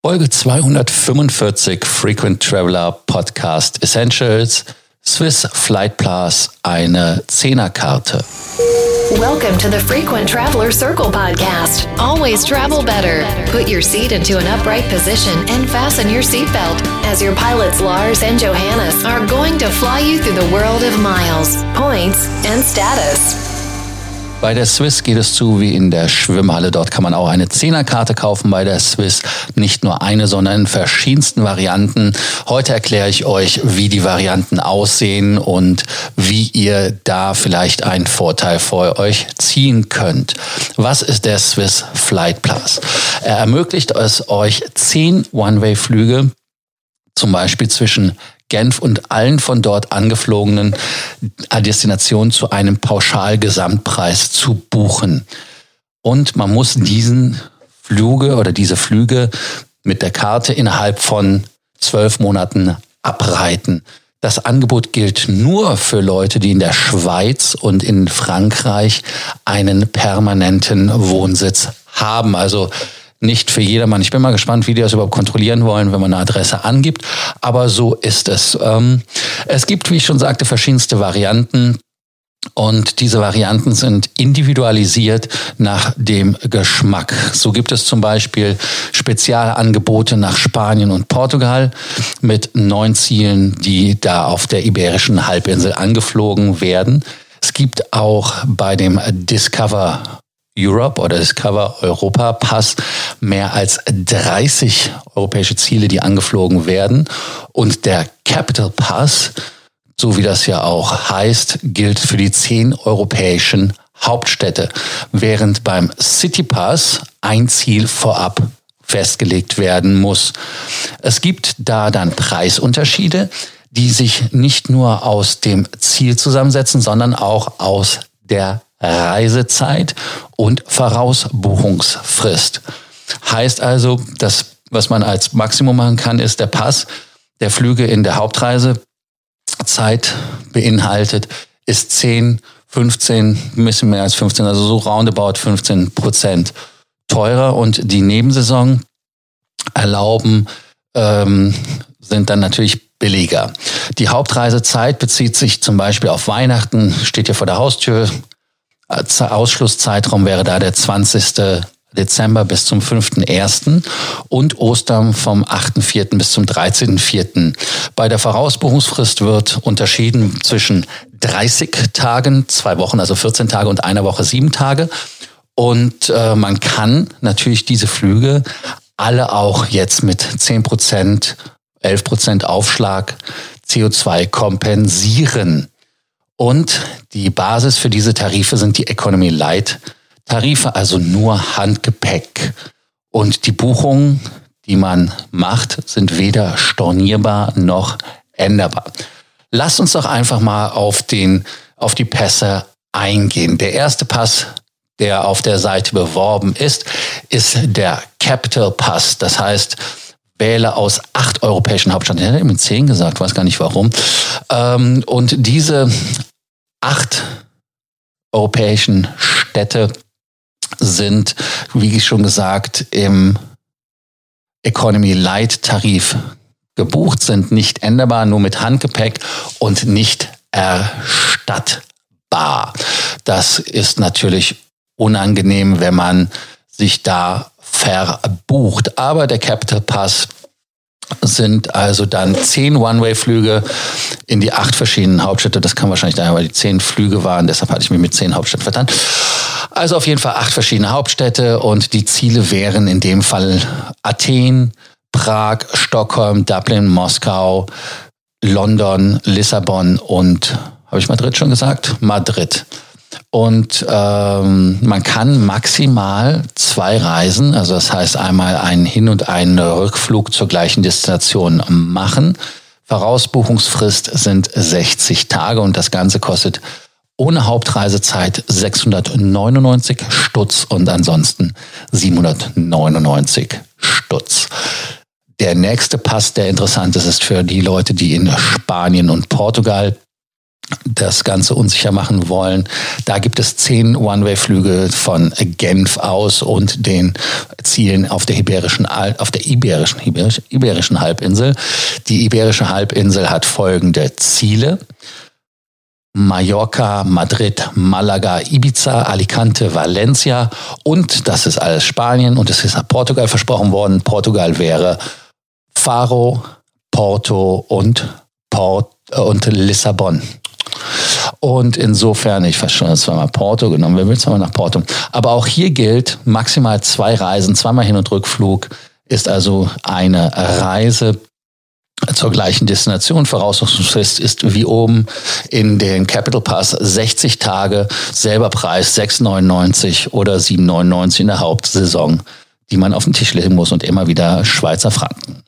Folge 245 Frequent Traveler Podcast Essentials, Swiss Flight Plus, eine 10er-Karte. Welcome to the Frequent Traveler Circle podcast. Always travel better. Put your seat into an upright position and fasten your seatbelt as your pilots Lars and Johannes are going to fly you through the world of miles, points and status. Bei der Swiss geht es zu wie in der Schwimmhalle. Dort kann man auch eine 10er-Karte kaufen bei der Swiss. Nicht nur eine, sondern in verschiedensten Varianten. Heute erkläre ich euch, wie die Varianten aussehen und wie ihr da vielleicht einen Vorteil für euch ziehen könnt. Was ist der Swiss Flight Plus? Er ermöglicht es euch 10 One-Way-Flüge, zum Beispiel zwischen Genf und allen von dort angeflogenen Destinationen zu einem Pauschalgesamtpreis zu buchen. Und man muss diese Flüge mit der Karte innerhalb von 12 Monaten abreiten. Das Angebot gilt nur für Leute, die in der Schweiz und in Frankreich einen permanenten Wohnsitz haben. Also nicht für jedermann. Ich bin mal gespannt, wie die das überhaupt kontrollieren wollen, wenn man eine Adresse angibt. Aber so ist es. Es gibt, wie ich schon sagte, verschiedenste Varianten. Und diese Varianten sind individualisiert nach dem Geschmack. So gibt es zum Beispiel Spezialangebote nach Spanien und Portugal mit 9 Zielen, die da auf der Iberischen Halbinsel angeflogen werden. Es gibt auch bei dem Discover Europe oder Discover Europa Pass mehr als 30 europäische Ziele, die angeflogen werden. Und der Capital Pass, so wie das ja auch heißt, gilt für die 10 europäischen Hauptstädte, während beim City Pass ein Ziel vorab festgelegt werden muss. Es gibt da dann Preisunterschiede, die sich nicht nur aus dem Ziel zusammensetzen, sondern auch aus der Reisezeit und Vorausbuchungsfrist. Heißt also, das, was man als Maximum machen kann, ist der Pass, der Flüge in der Hauptreisezeit beinhaltet, ist 10, 15, ein bisschen mehr als 15, also so roundabout 15% teurer. Und die Nebensaison erlauben, sind dann natürlich billiger. Die Hauptreisezeit bezieht sich zum Beispiel auf Weihnachten, steht hier vor der Haustür. Ausschlusszeitraum wäre da der 20. Dezember bis zum 5.1. und Ostern vom 8.4. bis zum 13.4. Bei der Vorausbuchungsfrist wird unterschieden zwischen 30 Tagen, 2 Wochen, also 14 Tage und einer Woche 7 Tage. Und man kann natürlich diese Flüge alle auch jetzt mit 10%, 11% Aufschlag CO2 kompensieren. Und die Basis für diese Tarife sind die Economy Light Tarife, also nur Handgepäck. Und die Buchungen, die man macht, sind weder stornierbar noch änderbar. Lasst uns doch einfach mal auf die Pässe eingehen. Der erste Pass, der auf der Seite beworben ist der Capital Pass. Das heißt, wähle aus 8 europäischen Hauptstädten. Ich hätte mit 10 gesagt, weiß gar nicht warum. Und diese 8 europäischen Städte sind, wie schon gesagt, im Economy Light Tarif gebucht, sind nicht änderbar, nur mit Handgepäck und nicht erstattbar. Das ist natürlich unangenehm, wenn man sich da verbucht. Aber der Capital Pass sind also dann 10 One-Way-Flüge in die 8 verschiedenen Hauptstädte. Das kann wahrscheinlich daher, weil die 10 Flüge waren. Deshalb hatte ich mich mit 10 Hauptstädten vertan. Also auf jeden Fall 8 verschiedene Hauptstädte und die Ziele wären in dem Fall Athen, Prag, Stockholm, Dublin, Moskau, London, Lissabon und, habe ich Madrid schon gesagt? Madrid. Und man kann maximal 2 Reisen, also das heißt einmal einen Hin- und einen Rückflug zur gleichen Destination machen. Vorausbuchungsfrist sind 60 Tage und das Ganze kostet ohne Hauptreisezeit 699 Stutz und ansonsten 799 Stutz. Der nächste Pass, der interessant ist, ist für die Leute, die in Spanien und Portugal das Ganze unsicher machen wollen. Da gibt es 10 One-Way-Flüge von Genf aus und den Zielen auf der iberischen Halbinsel. Die iberische Halbinsel hat folgende Ziele: Mallorca, Madrid, Malaga, Ibiza, Alicante, Valencia und das ist alles Spanien und es ist nach Portugal versprochen worden. Portugal wäre Faro, Porto und Lissabon. Und insofern, ich fast schon zweimal Porto genommen, wir will zweimal nach Porto. Aber auch hier gilt, maximal 2 Reisen, 2-mal Hin- und Rückflug ist also eine Reise zur gleichen Destination. Voraussetzungsfrist ist wie oben in den Capital Pass 60 Tage, selber Preis 6,99 oder 7,99 in der Hauptsaison, die man auf den Tisch legen muss und immer wieder Schweizer Franken.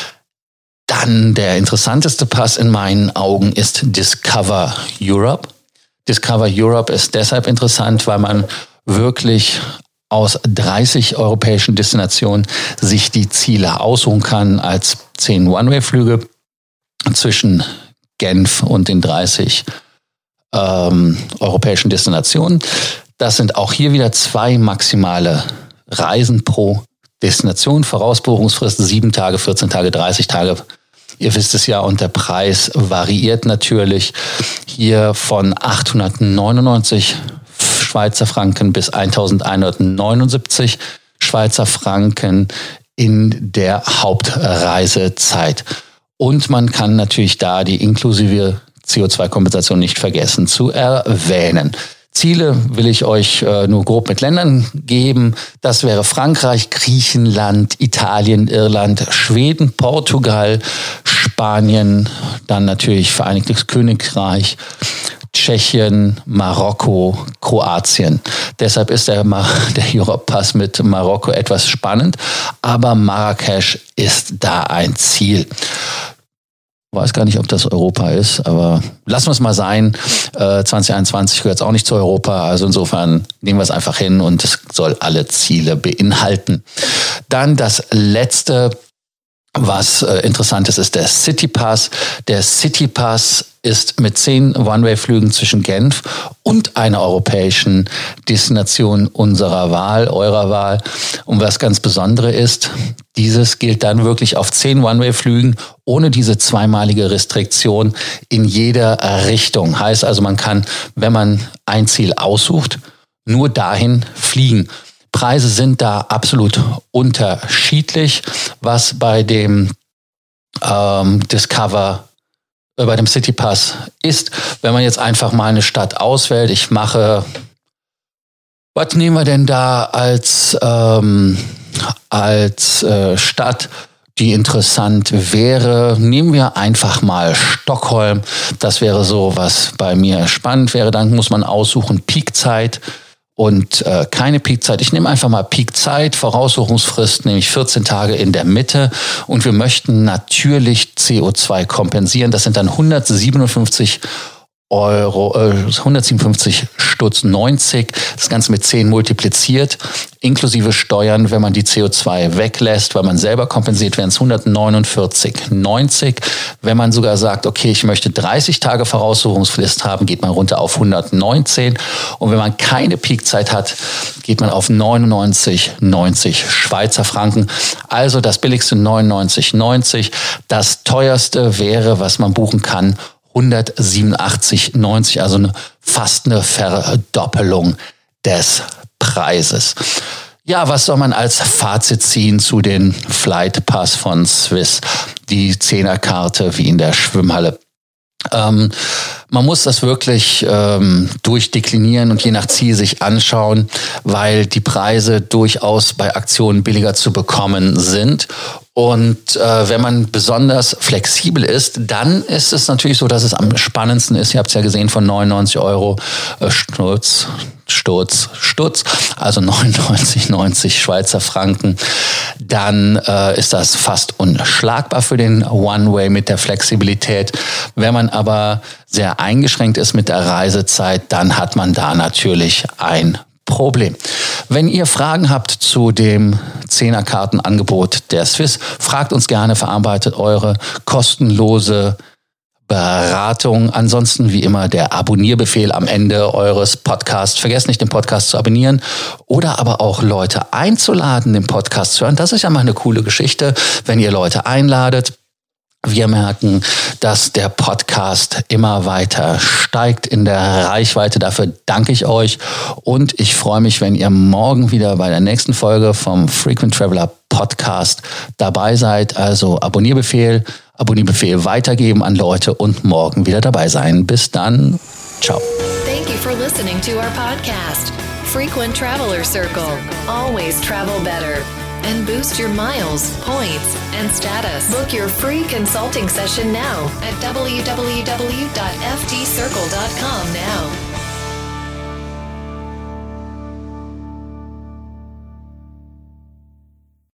Dann der interessanteste Pass in meinen Augen ist Discover Europe. Discover Europe ist deshalb interessant, weil man wirklich aus 30 europäischen Destinationen sich die Ziele aussuchen kann als 10 One-Way-Flüge zwischen Genf und den 30 europäischen Destinationen. Das sind auch hier wieder 2 maximale Reisen pro Destination. Vorausbuchungsfrist 7 Tage, 14 Tage, 30 Tage. Ihr wisst es ja, und der Preis variiert natürlich hier von 899 Schweizer Franken bis 1179 Schweizer Franken in der Hauptreisezeit. Und man kann natürlich da die inklusive CO2-Kompensation nicht vergessen zu erwähnen. Ziele will ich euch nur grob mit Ländern geben. Das wäre Frankreich, Griechenland, Italien, Irland, Schweden, Portugal, Spanien, dann natürlich Vereinigtes Königreich, Tschechien, Marokko, Kroatien. Deshalb ist der Europass mit Marokko etwas spannend, aber Marrakesch ist da ein Ziel. Ich weiß gar nicht, ob das Europa ist, aber lassen wir es mal sein. 2021 gehört es auch nicht zu Europa, also insofern nehmen wir es einfach hin und es soll alle Ziele beinhalten. Dann das letzte, was interessant ist der City Pass. Der City Pass ist mit 10 One-Way-Flügen zwischen Genf und einer europäischen Destination unserer Wahl, eurer Wahl. Und was ganz Besondere ist, dieses gilt dann wirklich auf 10 One-Way-Flügen ohne diese zweimalige Restriktion in jeder Richtung. Heißt also, man kann, wenn man ein Ziel aussucht, nur dahin fliegen. Preise sind da absolut unterschiedlich, was bei dem bei dem City Pass ist. Wenn man jetzt einfach mal eine Stadt auswählt, was nehmen wir denn da als Stadt, die interessant wäre? Nehmen wir einfach mal Stockholm. Das wäre so, was bei mir spannend wäre. Dann muss man aussuchen Peakzeit und keine Peakzeit. Ich nehme einfach mal Peakzeit, Voraussuchungsfrist, nämlich 14 Tage in der Mitte. Und wir möchten natürlich CO2 kompensieren. Das sind dann 157 Stutz 90, das Ganze mit 10 multipliziert, inklusive Steuern, wenn man die CO2 weglässt, weil man selber kompensiert, wären es 149,90. Wenn man sogar sagt, okay, ich möchte 30 Tage Voraussuchungsfrist haben, geht man runter auf 119. Und wenn man keine Peakzeit hat, geht man auf 99,90 Schweizer Franken. Also das billigste 99,90. Das teuerste wäre, was man buchen kann, 187,90, also fast eine Verdoppelung des Preises. Ja, was soll man als Fazit ziehen zu den Flight Pass von Swiss? Die 10er-Karte wie in der Schwimmhalle. Man muss das wirklich durchdeklinieren und je nach Ziel sich anschauen, weil die Preise durchaus bei Aktionen billiger zu bekommen sind. Und wenn man besonders flexibel ist, dann ist es natürlich so, dass es am spannendsten ist. Ihr habt es ja gesehen, von 99 Euro Sturz, also 99,90 Schweizer Franken. Dann ist das fast unschlagbar für den One-Way mit der Flexibilität. Wenn man aber sehr eingeschränkt ist mit der Reisezeit, dann hat man da natürlich ein Problem. Wenn ihr Fragen habt zu dem 10er-Kartenangebot der Swiss, fragt uns gerne, verarbeitet eure kostenlose Beratung. Ansonsten wie immer der Abonnierbefehl am Ende eures Podcasts. Vergesst nicht, den Podcast zu abonnieren oder aber auch Leute einzuladen, den Podcast zu hören. Das ist ja mal eine coole Geschichte, wenn ihr Leute einladet. Wir merken, dass der Podcast immer weiter steigt in der Reichweite. Dafür danke ich euch und ich freue mich, wenn ihr morgen wieder bei der nächsten Folge vom Frequent Traveler Podcast dabei seid. Also Abonnierbefehl weitergeben an Leute und morgen wieder dabei sein. Bis dann. Ciao. Thank you for listening to our podcast, Frequent Traveler Circle. Always travel better. And boost your miles, points, and status. Book your free consulting session now at www.ftcircle.com now.